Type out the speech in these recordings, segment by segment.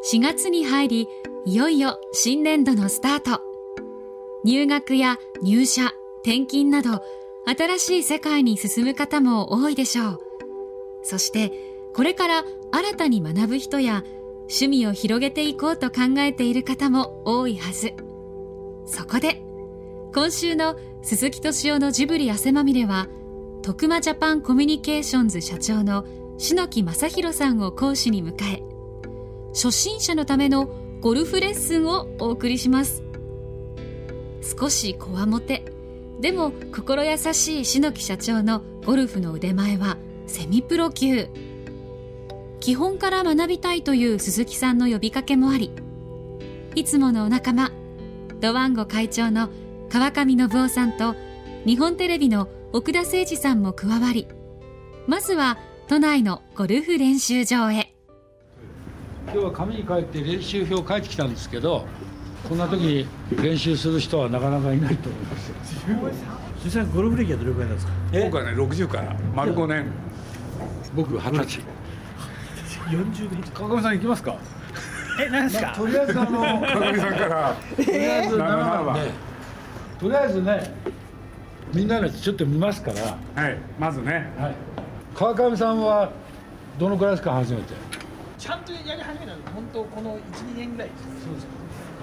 4月に入り、いよいよ新年度のスタート。入学や入社、転勤など新しい世界に進む方も多いでしょう。そしてこれから新たに学ぶ人や趣味を広げていこうと考えている方も多いはず。そこで今週の鈴木敏夫のジブリ汗まみれは、徳間ジャパンコミュニケーションズ社長の篠木正弘さんを講師に迎え、初心者のためのゴルフレッスンをお送りします。少しこわもてでも心優しい篠木社長のゴルフの腕前はセミプロ級。基本から学びたいという鈴木さんの呼びかけもあり、いつものお仲間ドワンゴ会長の川上信夫さんと日本テレビの奥田誠二さんも加わり、まずは都内のゴルフ練習場へ。 今日は紙に書いて練習表を書いてきたんですけど、こんな時に練習する人はなかなかいないと思いますよ。 実際ゴルフ歴はどれくらいなんですか？ 僕はね60から丸5年。 僕20歳。 40年。 川上さん行きますか？ 何ですか？ とりあえず川上さんからとりあえず 7番ね、とりあえずね、みんなでちょっと見ますから。 はい、まずね、 はい、川上さんはどのくらいですか、初めて？ ちゃんとやり始めたの本当この 1,2 年ぐらいです。 そうですか。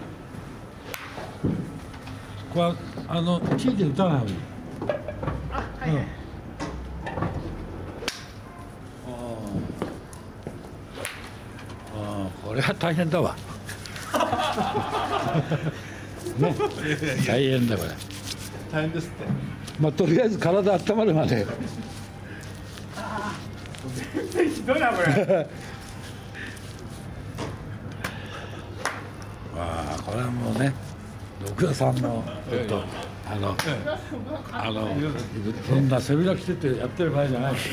これはティーで打たない方がいい。 はい、 これは大変だわ。ね、大変だこれ。 大変ですって。 まあとりあえず体温まるまで。 全然ひどいなこれ。 これはもうね、奥田さんのそんな背開きしててやってる場合じゃないですよ。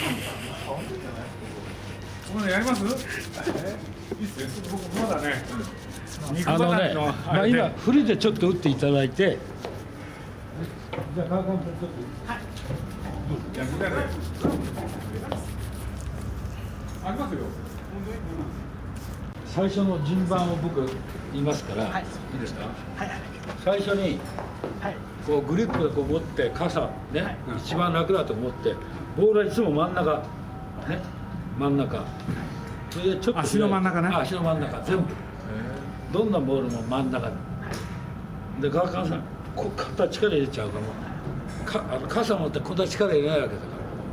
これやります？いいっすよ。僕まだね。 今振りでちょっと打っていただいて。じゃあ川上さんちょっと。はい。 いやみんなで。ありますよ。 最初の順番を僕言いますから、 はい、 いいですか？ はいはい。 最初にはい。 こうグリップでこう持って傘ね、 はい、 一番楽だと思ってボールはいつも真ん中ね、真ん中。それでちょっと足の真ん中ね。 足の真ん中全部。どんなボールも真ん中で。川上さん、こう肩力入れちゃうから傘持ってこんな力入れないわけだから、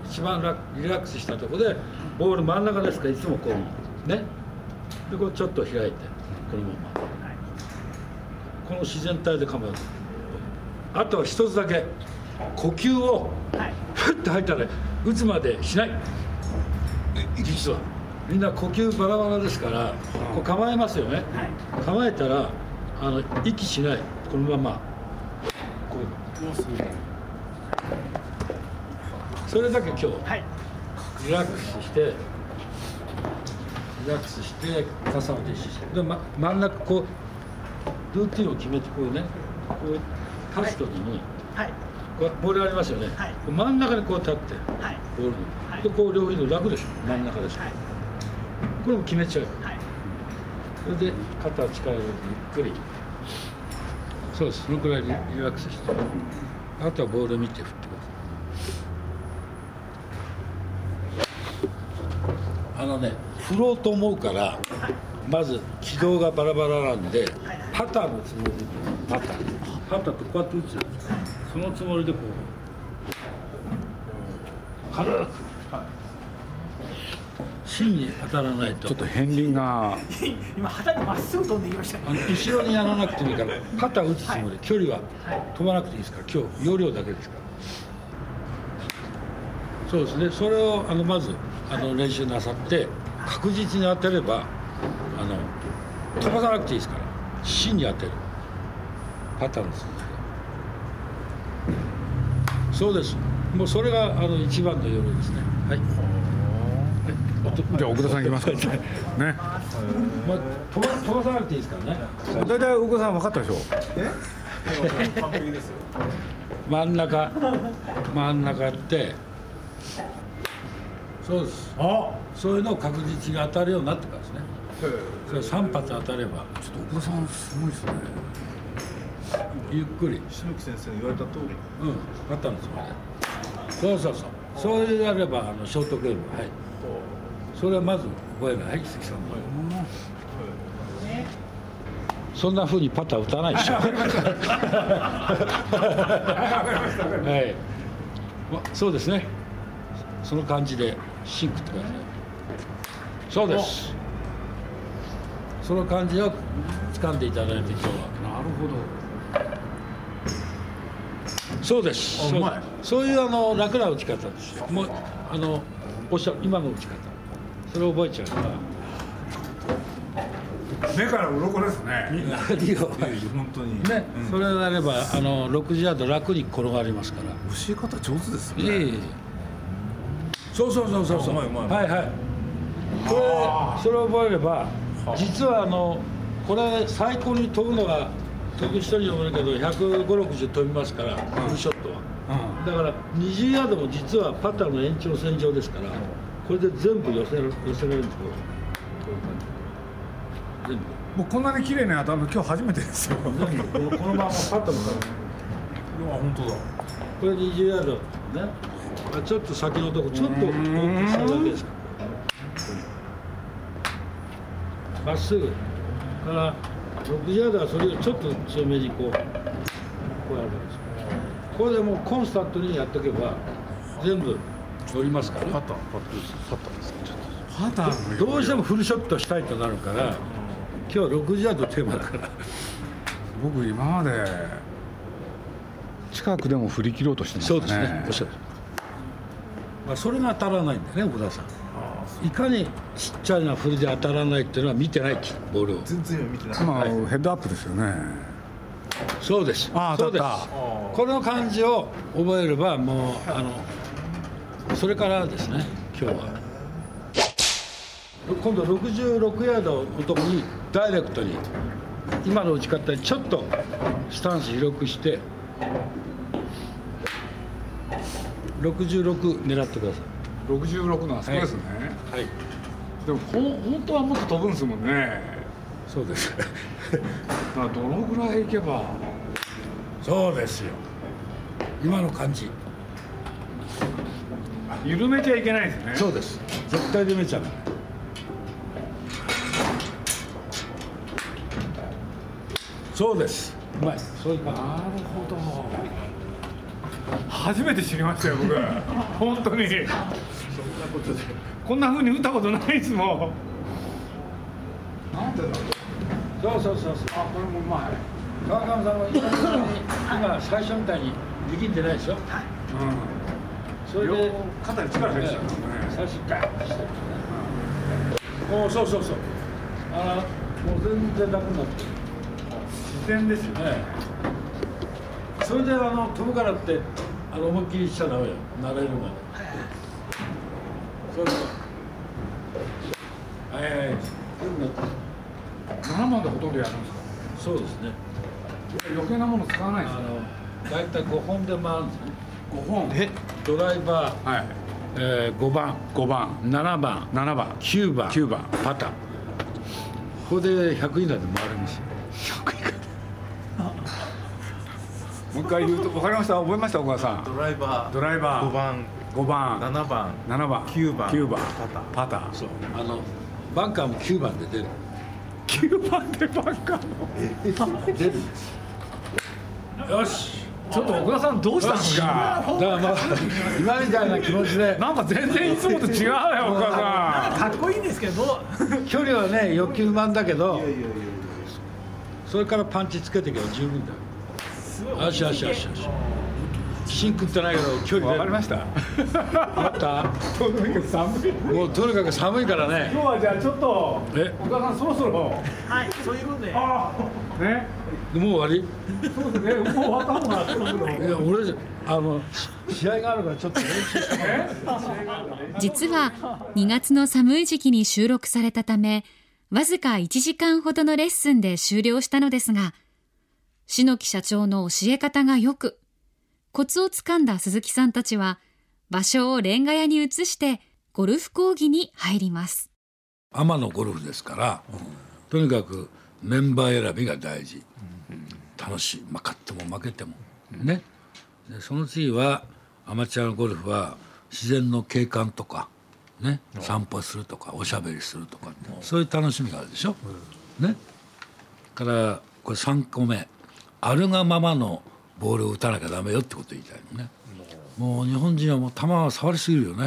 一番リラックスしたところでボール真ん中ですから、いつもこうね。でこうちょっと開いてこのまま、この自然体で構える。あとは一つだけ、呼吸をふっと吐いたら打つまでしない。実はみんな呼吸バラバラですから、こう構えますよね。構えたら息しない、このままこうそれだけ今日リラックスして。リラックスして傘を実施して、で、真ん中こうルーティンを決めてこうね、こう立つ時に、こうボールありますよね、真ん中にこう立って、ボールに、でこう両肘楽でしょ、真ん中ですから、これも決めちゃう、それで肩を力を入れてゆっくり、そうです、そのくらいリラックスして、あとはボールを見て振ってください。振ろうと思うから、まず軌道がバラバラなんで、パターのつもりで、パターってこうやって打つんですか、そのつもりでこう軽く、芯に当たらないと。 ちょっと片鱗が今肌にまっすぐ飛んでいきましたね。 後ろにやらなくてもいいから、パター打つつもり、距離は飛ばなくていいですから、今日要領だけですから。そうですね、それをまず練習なさって確実に当てれば飛ばさなくていいですから、芯に当てるパターンです。そうです、もうそれが一番の要領ですね。はい、 じゃあ奥田さん行きますか。ね。 飛ばさなくていいですからね。 大体奥田さん分かったでしょ。 完璧ですよ。 真ん中って。そうです。そういうのを確実に当たるようになってからですね。 それ3発当たればちょっと奥田さんすごいですね。 ゆっくり篠木先生に言われた通り。 あったんですよね。そうそうやればショートゲーム、はい、それはまず覚えない。はい、関さん、そんな風にパター打たないでしょ。はい、そうですね。その感じでシンクってください。そうです。その感じを掴んでいただいて、今日は。 なるほど。 そうです。そういう楽な打ち方ですよ。もうおっしゃる今の打ち方、それを覚えちゃうから。 目から鱗ですね。 本当にね、それであれば60ヤード楽に転がりますから。 教え方上手ですね。 そうはいはい。それを覚えれば、実はこれ最高に飛ぶのが飛ぶ人によるけど150、60飛びますから、フルショットは。だから20ヤードも実はパターの延長線上ですから、これで全部寄せられるんですよ。全部。 もうこんなに綺麗に当たるの今日初めてですよ。 このままパッと向かう。 本当だ。 これ20ヤードね。ちょっと先のとこちょっと大きくしただけですから。まっすぐから60ヤードはそれをちょっと強めにこうやるわけですよ。これでもうコンスタントにやっておけば全部乗りますから。 パターですね。ちょっパターどうしてもフルショットしたいとなるから、今日60ヤードテーマだから。 僕今まで近くでも振り切ろうとしてましたね。 そうですね。おっしゃる。それが当たらないんだよね、奥田さん。いかにちっちゃいな振りで当たらないっていうのは見てないボールを。 全然見てない。 今ヘッドアップですよね。 そうです。 当たった。 この感じを覚えればもうそれからですね、今日は今度66ヤードのところにダイレクトに今の打ち方にちょっとスタンス広くして66狙ってください。 66のあそこですね。 はい。 でも本当はもっと飛ぶんですもんね。 そうです。 だからどのぐらい行けば。 そうですよ。今の感じ。 緩めちゃいけないですね。 そうです。絶対緩めちゃう。そうです。うまい。そういう感じ。 なるほど。初めて知りましたよ、僕。本当に。こんな風に打ったことないですもん。なんでだろう。 そう。 あ、これもうまい。 川上さんは今最初みたいに力んでないでしょ。はい。それで肩に力入っちゃう。 最初ガーッとしてる。そう。もう全然楽になってる。 自然ですよね。 それで飛ぶからって思いっきりしちゃダメよ。慣れるまで。そう。はい。 7番でほとんどやるんですか。 そうですね。 余計なもの使わないですね。 だいたい5本で回るんですね。 5本。 ドライバー、 はい。 5番、 5番、 7番、 7番、 9番、 9番、 パター。ここで100以内で回れますよ。 100以下。もう一回言うと分かりました。覚えました、岡田さん。 ドライバー。 ドライバー。5番、 7番、 7番、 9番、 9番、 パター。 パター。 そう。バンカーも9番で出る。 9番でバンカーも出るんです。よし。 ちょっと奥田さんどうしたんですか。 だから今みたいな気持ちで。 なんか全然いつもと違うよ、岡田さん。 かっこいいんですけど距離はね欲求満だけど、それからパンチつけていけば十分だよ。よし。芯食ってないけど距離分かりました。 分かった。 とにかく寒い。 もうとにかく寒いからね。 今日はじゃあちょっと岡田さんそろそろ。 はい、そういうことでね。 もう終わり。 そうですね。もう終わったのかな。 いや俺試合があるからちょっと練習してもらう。 実は2月の寒い時期に収録されたため、わずか1時間ほどのレッスンで終了したのですが、篠木社長の教え方がよく、コツをつかんだ鈴木さんたちは場所をレンガ屋に移してゴルフ講義に入ります。 アマのゴルフですから、とにかくメンバー選びが大事、楽しい、勝っても負けてもね。でその次はアマチュアのゴルフは自然の景観とかね、散歩するとかおしゃべりするとか、そういう楽しみがあるでしょ、ね。からこれ3個目、あるがままのボールを打たなきゃダメよってことを言いたいのね。もう日本人はもう球は触りすぎるよね。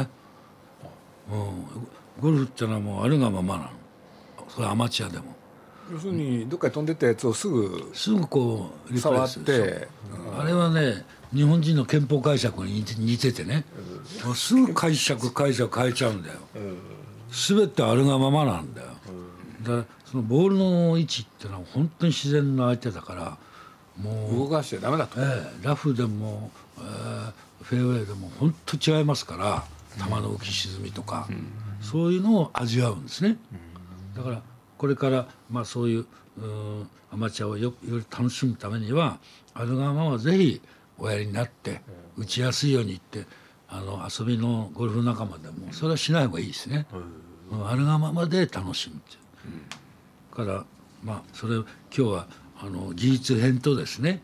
ゴルフってのはもうあるがままなの。それはアマチュアでも。 要するにどっかに飛んでったやつをすぐこうリプレイするでしょ。 触って、 あれはね日本人の憲法解釈に似ててね、もうすぐ解釈変えちゃうんだよ。全てあるがままなんだよ。だからそのボールの位置っていうのは本当に自然の相手だから、もう動かしちゃダメだと、 ラフでも、フェアウェイでも本当違いますから、球の浮き沈みとか、そういうのを味わうんですね。だからこれからそういうアマチュアをより楽しむためにはあるがままぜひおやりになって打ちやすいようにって遊びのゴルフ仲間でもそれはしない方がいいですね。あるがままで楽しむっていう、からそれ今日は技術編とですね、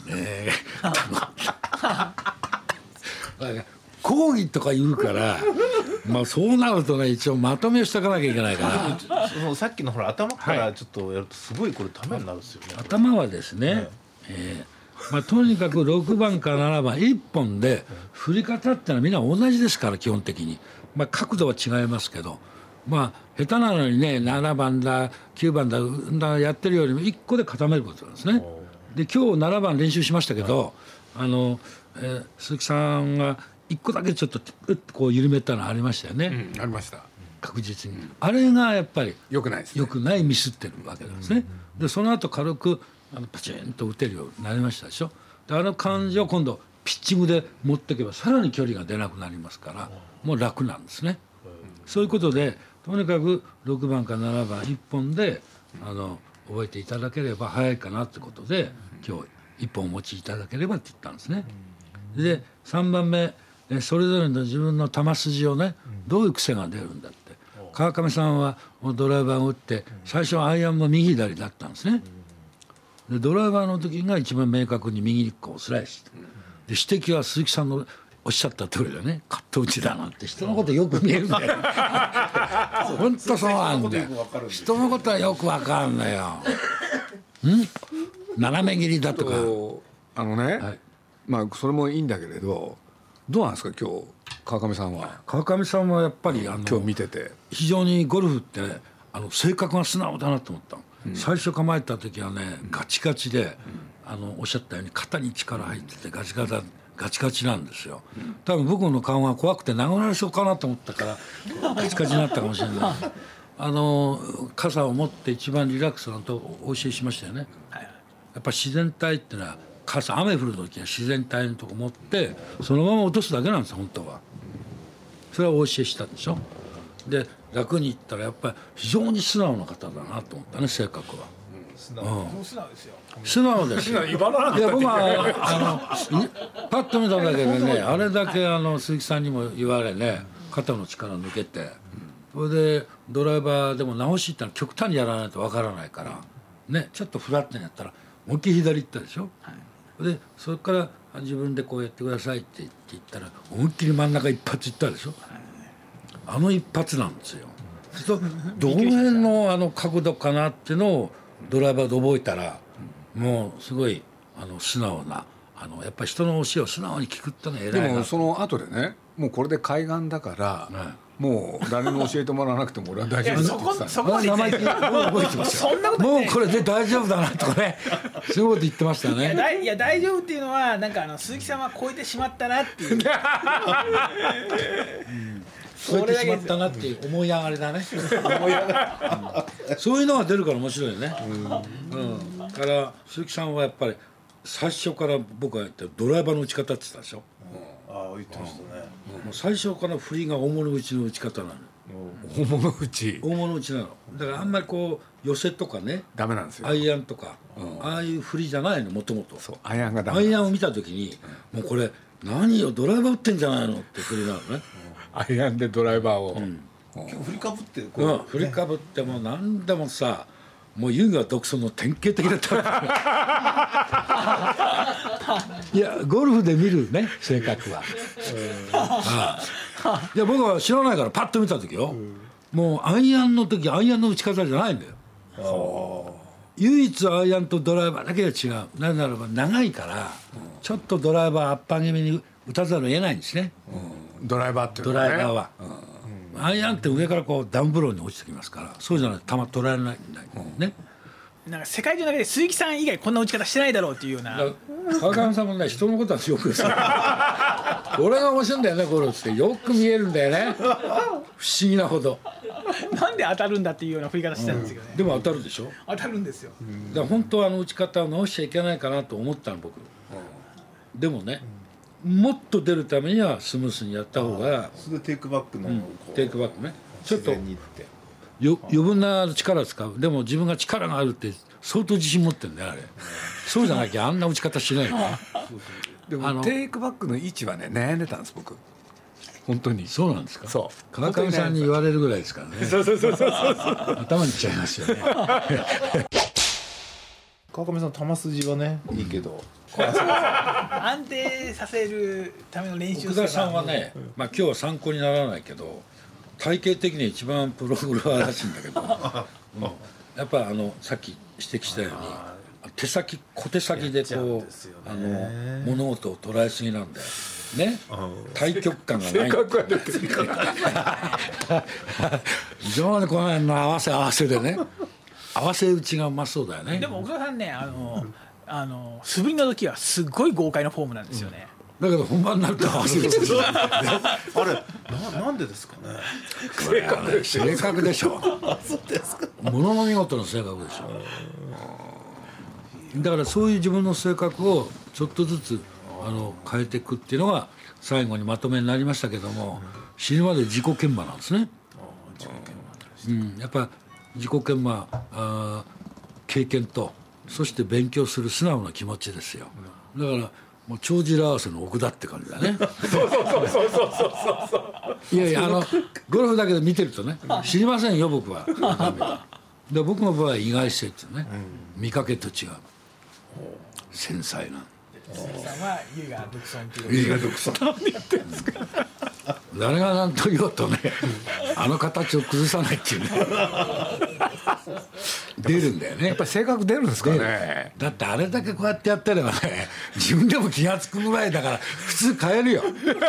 講義とか言うからそうなるとね一応まとめをしとかなきゃいけないからそのさっきのほら頭からちょっとやるとすごいこれためになるんですよね。 頭はですね、とにかく6番から7番1本で振り方ってのはみんな同じですから基本的に、角度は違いますけど、下手なのにね7番だ9番だやってるよりも1個で固めることなんですね。で今日7番練習しましたけど、鈴木さんが1個だけちょっとこう緩めたのありましたよね、 ありました。 確実にあれがやっぱり良くないですね。 良くないミスってるわけなんですね。でその後軽くパチンと打てるようになりましたでしょ。で感じを今度ピッチングで持っていけばさらに距離が出なくなりますからもう楽なんですね。そういうことでとにかく6番から7番1本で覚えていただければ早いかなってことで今日1本お持ちいただければって言ったんですね。で3番目それぞれの自分の球筋をねどういう癖が出るんだって、川上さんはドライバーを打って最初はアイアンも右左だったんですね。でドライバーの時が一番明確に右にこうスライスで指摘は鈴木さんのおっしゃった通りだね、カット打ちだなんて人のことよく見えるんだよ本当そうなんだよ、人のことはよく分かんないよ斜め切りだとかそれもいいんだけれど、どうなんですか今日川上さんは。 川上さんはやっぱり今日見てて非常にゴルフってね性格が素直だなと思ったの、最初構えた時はねガチガチで、おっしゃったように肩に力入っててガチガチなんですよ。多分僕の顔が怖くて殴られそうかなと思ったからガチガチになったかもしれない傘を持って一番リラックスなとお教えしましたよね。やっぱ自然体ってのは雨降る時は自然体のとこ持ってそのまま落とすだけなんです本当は。それはお教えしたでしょ。で楽に言ったらやっぱり非常に素直な方だなと思ったね、性格は。 素直ですよ。 素直ですよ。いや僕はパッと見ただけでねあれだけ鈴木さんにも言われね肩の力抜けて、それでドライバーでも直しってのは極端にやらないとわからないからね、ちょっとフラットにやったら思いっきり左行ったでしょ、でそれから自分でこうやってくださいって言ったら思いっきり真ん中一発行ったでしょ、一発なんですよ。そうするとどの辺の角度かなっていうのをドライバーで覚えたらもうすごい素直なやっぱり人の教えを素直に聞くってのは偉いな。 でもその後でねもうこれで海岸だから、もう誰に教えてもらわなくても俺は大丈夫だって言ってた。 そこまで生意気に覚えてますよ。もうこれで大丈夫だなとかねそういうこと言ってましたね。 いや大丈夫っていうのはなんか鈴木さんは超えてしまったなっていう超えてしまったなっていう思い上がりだねそういうのが出るから面白いよね。だから鈴木さんはやっぱり最初から僕が言ったドライバーの打ち方って言ったでしょ。 言ってましたね。 もう最初から振りが大物打ちの打ち方なの。 大物打ち大物打ちなの。だからあんまりこう寄せとかねダメなんですよ。 アイアンとか、ああいう振りじゃないのもともと。 そうアイアンがダメ。 アイアンを見た時に、もうこれ何よドライバー打ってんじゃないのって振りなのね。 アイアンでドライバーを、 振りかぶってこう、 振りかぶっても何でもさ、もう遊戯は独尊の典型的だったいやゴルフで見るね性格は、いや僕は知らないからパッと見た時よ、もうアイアンの時アイアンの打ち方じゃないんだよ。唯一アイアンとドライバーだけが違う。なぜならば長いから、ちょっとドライバーアッパー気味に打たざるを得ないんですね、 ドライバーっていうドのはねライバーは、アイアンって上からこうダウンブローに落ちてきますから、そうじゃないと球取られないんだよね、 なんか世界中の中で鈴木さん以外こんな打ち方してないだろうっていうような。 川上さんもね、人のことはよくですよ俺が面白いんだよねゴルフってよく見えるんだよね不思議なほど。 なんで当たるんだっていうような振り方してたんですけどね、 でも当たるでしょ。 当たるんですよ。 だから本当は打ち方を直しちゃいけないかなと思ったの僕、でもね、もっと出るためにはスムースにやった方が、 それでテイクバックのこうテイクバックね、ちょっと自然にいって余分な力を使う。でも自分が力があるって相当自信持ってるんだよあれそうじゃなきゃあんな打ち方しないよでもテイクバックの位置はね悩んでたんです僕本当に。 そうなんですか。 そう川上さんに言われるぐらいですからねそう頭にきちゃいますよね川上さん球筋はねいいけど、 安定させるための練習奥田さんはね、まあ今日は参考にならないけど体型的に一番プロゴルファーらしいんだけど、やっぱさっき指摘したように小手先でこう物事を捉えすぎなんだよね。対極感がない非常にこの辺の合わせでね、合わせ打ちがうまそうだよね。 でも奥田さんね、素振りの時はすごい豪快なフォームなんですよね、 だけど本番になると合わせ打ちあれなんでですかね。 正確でしょそうですか。 ものの見事な性格でしょ。だからそういう自分の性格をちょっとずつ変えていくっていうのが最後にまとめになりましたけども、死ぬまで自己研磨なんですね。やっぱ自己研磨経験とそして勉強する素直な気持ちですよ。だからもう帳尻合わせの奥だって感じだねいやいやゴルフだけで見てるとね、知りませんよ僕はで僕の場合意外性っていうね、見かけと違う繊細な。 鈴木さんは優雅独尊っていう。 優雅独尊誰が何と言おうとね形を崩さないっていうね出るんだよね。 やっぱり性格出るんですかね。 だってあれだけこうやってやってればね、自分でも気が付くぐらいだから普通変えるよだ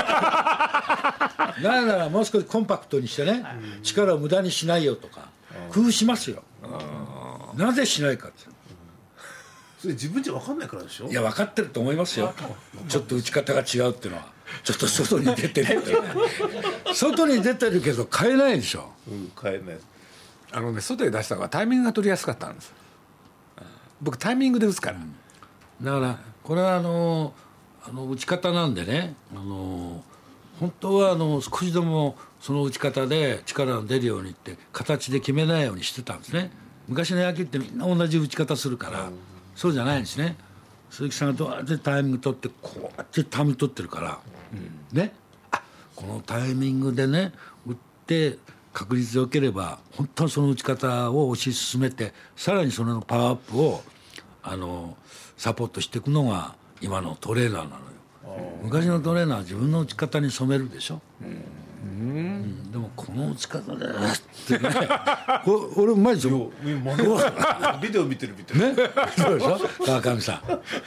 からもう少しコンパクトにしてね、力を無駄にしないよとか工夫しますよ。なぜしないかって、 それ自分じゃ分かんないからでしょ。 いや分かってると思いますよ。ちょっと打ち方が違うっていうのはちょっと外に出てるって外に出てるけど変えないでしょ。 変えない。 外へ出した方がタイミングが取りやすかったんです。僕タイミングで打つから、 だからこれは打ち方なんでね、本当は少しでもその打ち方で力が出るようにって形で決めないようにしてたんですね。昔の野球ってみんな同じ打ち方するから、そうじゃないんですね。鈴木さんがどうやってタイミング取ってこうやってタイミング取ってるから、ね、このタイミングでね打って確率でよければ本当にその打ち方を推し進めて、さらにそのパワーアップをサポートしていくのが今のトレーナーなのよ。昔のトレーナーは自分の打ち方に染めるでしょ。でもこの打ち方でってね俺うまいでしょ。 ビデオ見てるね、そうでしょ川上さん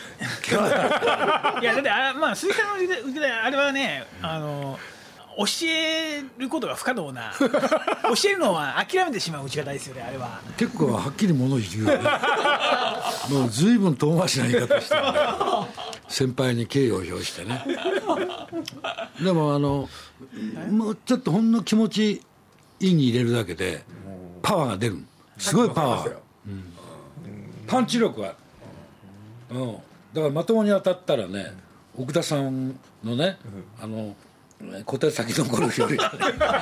いやだってまあ鈴木さんの打ち方あれはね、教えることが不可能な教えるのは諦めてしまう打ち方ですよね。あれは結構はっきり物を言うよねもう随分遠回しな言い方してるね先輩に敬意を表してねでももうちょっとほんの気持ちいいに入れるだけでパワーが出る。すごいパワー、パンチ力はだからまともに当たったらね、奥田さんのね小手先のゴルフより距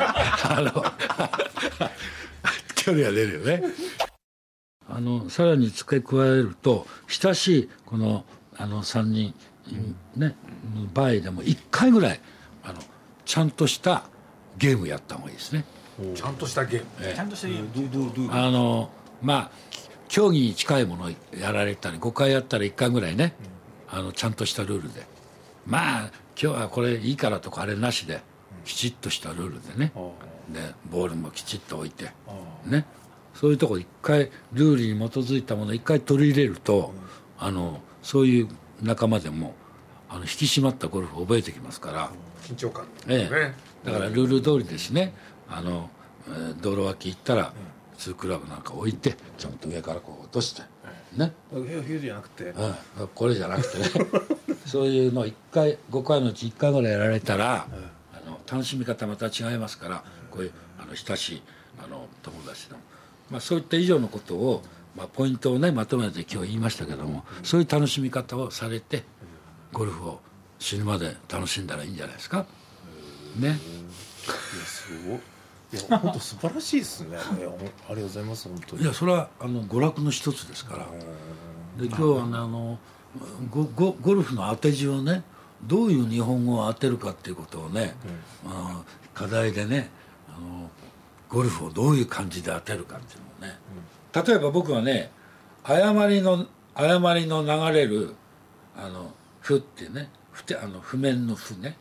離が出るよね。さらに付け加えると親しいこの3人ね場合でも1回ぐらいちゃんとしたゲームやった方がいいですね。 ちゃんとしたゲーム、 ちゃんとしたゲーム。 まあ競技に近いものをやられたり5回やったら1回ぐらいね、ちゃんとしたルールで、まあ今日はこれいいからとかあれなしできちっとしたルールでね、でボールもきちっと置いてね、そういうところ1回ルールに基づいたものを1回取り入れると、そういう仲間でも引き締まったゴルフを覚えてきますから、 緊張感、 だからルール通りですね、道路脇行ったら2クラブなんか置いてちゃんと上からこう落としてね、 ヒューじゃなくて、 これじゃなくてねそういうのを5回のうち1回ぐらいやられたら、楽しみ方また違いますから、こういう親しい友達の、まあ、そういった以上のことを、まあ、ポイントをねまとめて今日言いましたけども、そういう楽しみ方をされてゴルフを死ぬまで楽しんだらいいんじゃないですかね。 いやすごい、いや本当素晴らしいですね。ありがとうございます本当に。 いやそれは娯楽の一つですから。で今日はゴルフの当て字をね、どういう日本語を当てるかっていうことをね、課題でね、ゴルフをどういう感じで当てるかっていうのをね、例えば僕はね、誤りの流れる譜っていうね、譜面の譜ね、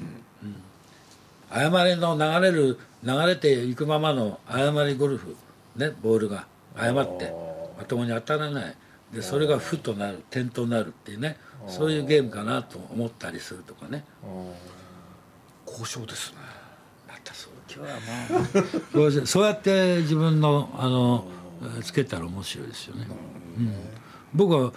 誤りの流れていくままの誤りゴルフね、ボールが誤ってまともに当たらないで、それが負となる点となるっていうね、そういうゲームかなと思ったりするとかね。 交渉ですね。 また今日はまあそうやって自分のつけたら面白いですよね。僕は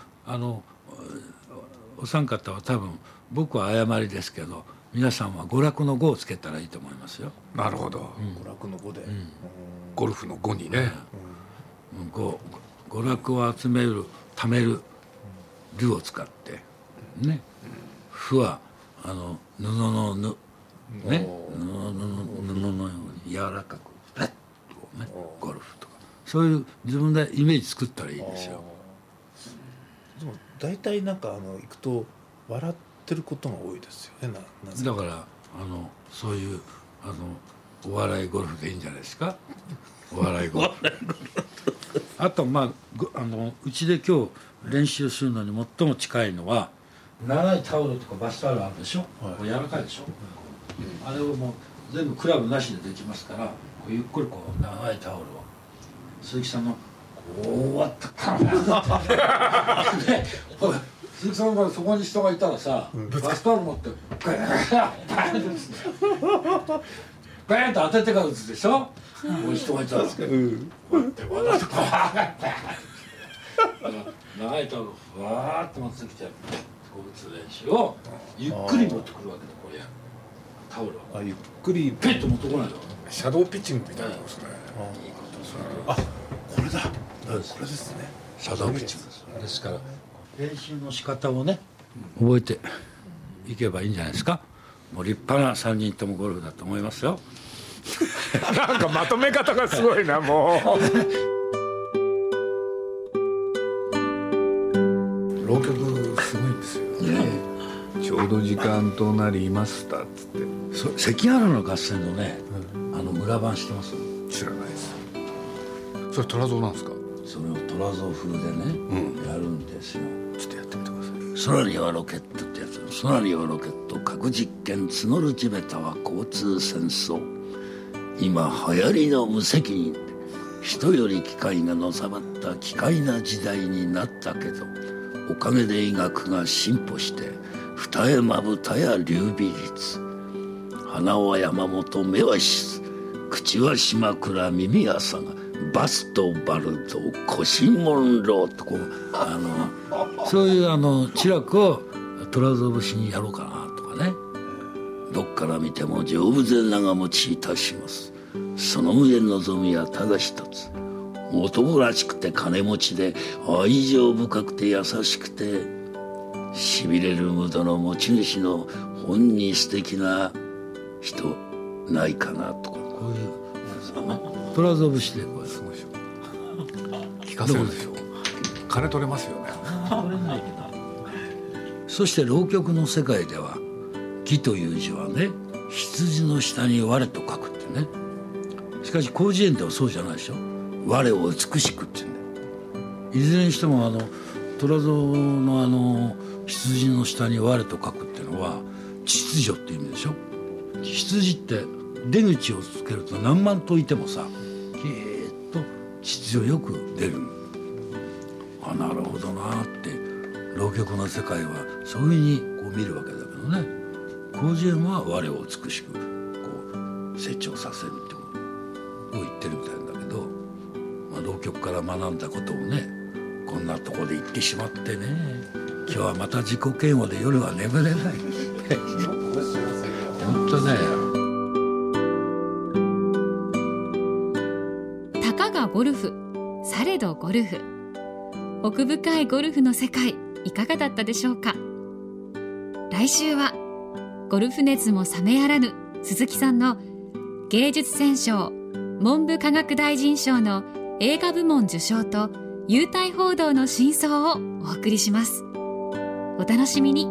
お三方は多分僕は誤りですけど、皆さんは娯楽の娯をつけたらいいと思いますよ。 なるほど、 娯楽の5で、 ゴルフの5にね、 娯楽を集める貯めるルを使ってね、符は布の布ね、布のように柔らかくペッとね、ゴルフとかそういう自分でイメージ作ったらいいですよ。 でも大体なんか行くと笑ってることが多いですよね。 だからそういうお笑いゴルフでいいんじゃないですか。お笑いゴルフあとまあうちで今日練習するのに最も近いのは、長いタオルとかバスタオルあるでしょ、こう柔らかいでしょ、あれをもう全部クラブなしでできますから、こうゆっくりこう長いタオルを鈴木さんのこうわったからね、鈴木さんがそこに人がいたらさ、バスタオル持ってバーンですね、バーンと当ててから打つでしょ、こう人がいたらこうやってわざとこう長いタオルをふわーっと持ってきてこう打つ練習をゆっくり持ってくるわけだ。これタオルをゆっくりペッと持ってこないの。 シャドーピッチングみたいなことですね。 いいことする。 これだ、これですね。 シャドーピッチングですから、練習の仕方をね覚えていけばいいんじゃないですか。もう立派な3人ともゴルフだと思いますよ。 なんかまとめ方がすごいなもう。浪曲すごいんですよ、ちょうど時間となりましたっつって。 関ヶ原の合戦のね、裏番してます？ 知らないです。それ虎像なんですか？ それを虎像風でね、やるんですよ。 ちょっとやってみてください。 空にはロケットってやつ。空にはロケット、核実験募る地べたは交通戦争。今流行りの無責任、人より機械がのさばった機械な時代になったけど、おかげで医学が進歩して二重まぶたや劉備率、鼻は山本目はシス、口は島倉耳は佐賀、バストバルトコシモンローとこうそういう知略を虎像節にやろうかなとかね。どっから見ても丈夫で長持ちいたします。その上望みはただ一つ、男らしくて金持ちで愛情深くて優しくてしびれるムードの持ち主の本に素敵な人ないかなとか、こういう虎像節でこうすごいでしょ。聞かせるでしょ。金取れますよね。 取れないけど。そして浪曲の世界では義という字はね、羊の下に我と書くってね、 しかし広辞苑ではそうじゃないでしょ。我を美しくっていうんだよ。いずれにしても虎像の羊の下に我と書くっていうのは秩序っていう意味でしょ。羊って出口をつけると何万頭いてもさ、きーっと秩序よく出る。なるほどなって、浪曲の世界はそういうふうにこう見るわけだけどね。広辞苑は我を美しくこう成長させるってことを言ってるみたいなんだけど、浪曲から学んだことをね、こんなとこで言ってしまってね、今日はまた自己嫌悪で夜は眠れない本当だよ。 たかがゴルフ、されどゴルフ。奥深いゴルフの世界、いかがだったでしょうか。来週はゴルフ熱も冷めやらぬ鈴木さんの芸術選奨文部科学大臣賞の映画部門受賞と優待報道の真相をお送りします。お楽しみに。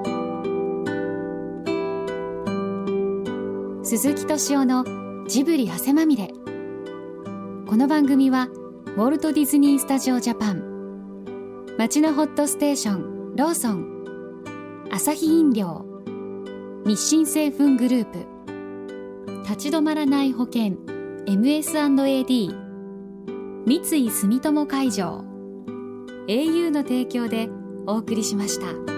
鈴木敏夫のジブリ汗まみれ。この番組はウォルト・ディズニー・スタジオ・ジャパン、街のホットステーションローソン、アサヒ飲料、日清製粉グループ、立ち止まらない保険 MS&AD、 三井住友海上、au の提供でお送りしました。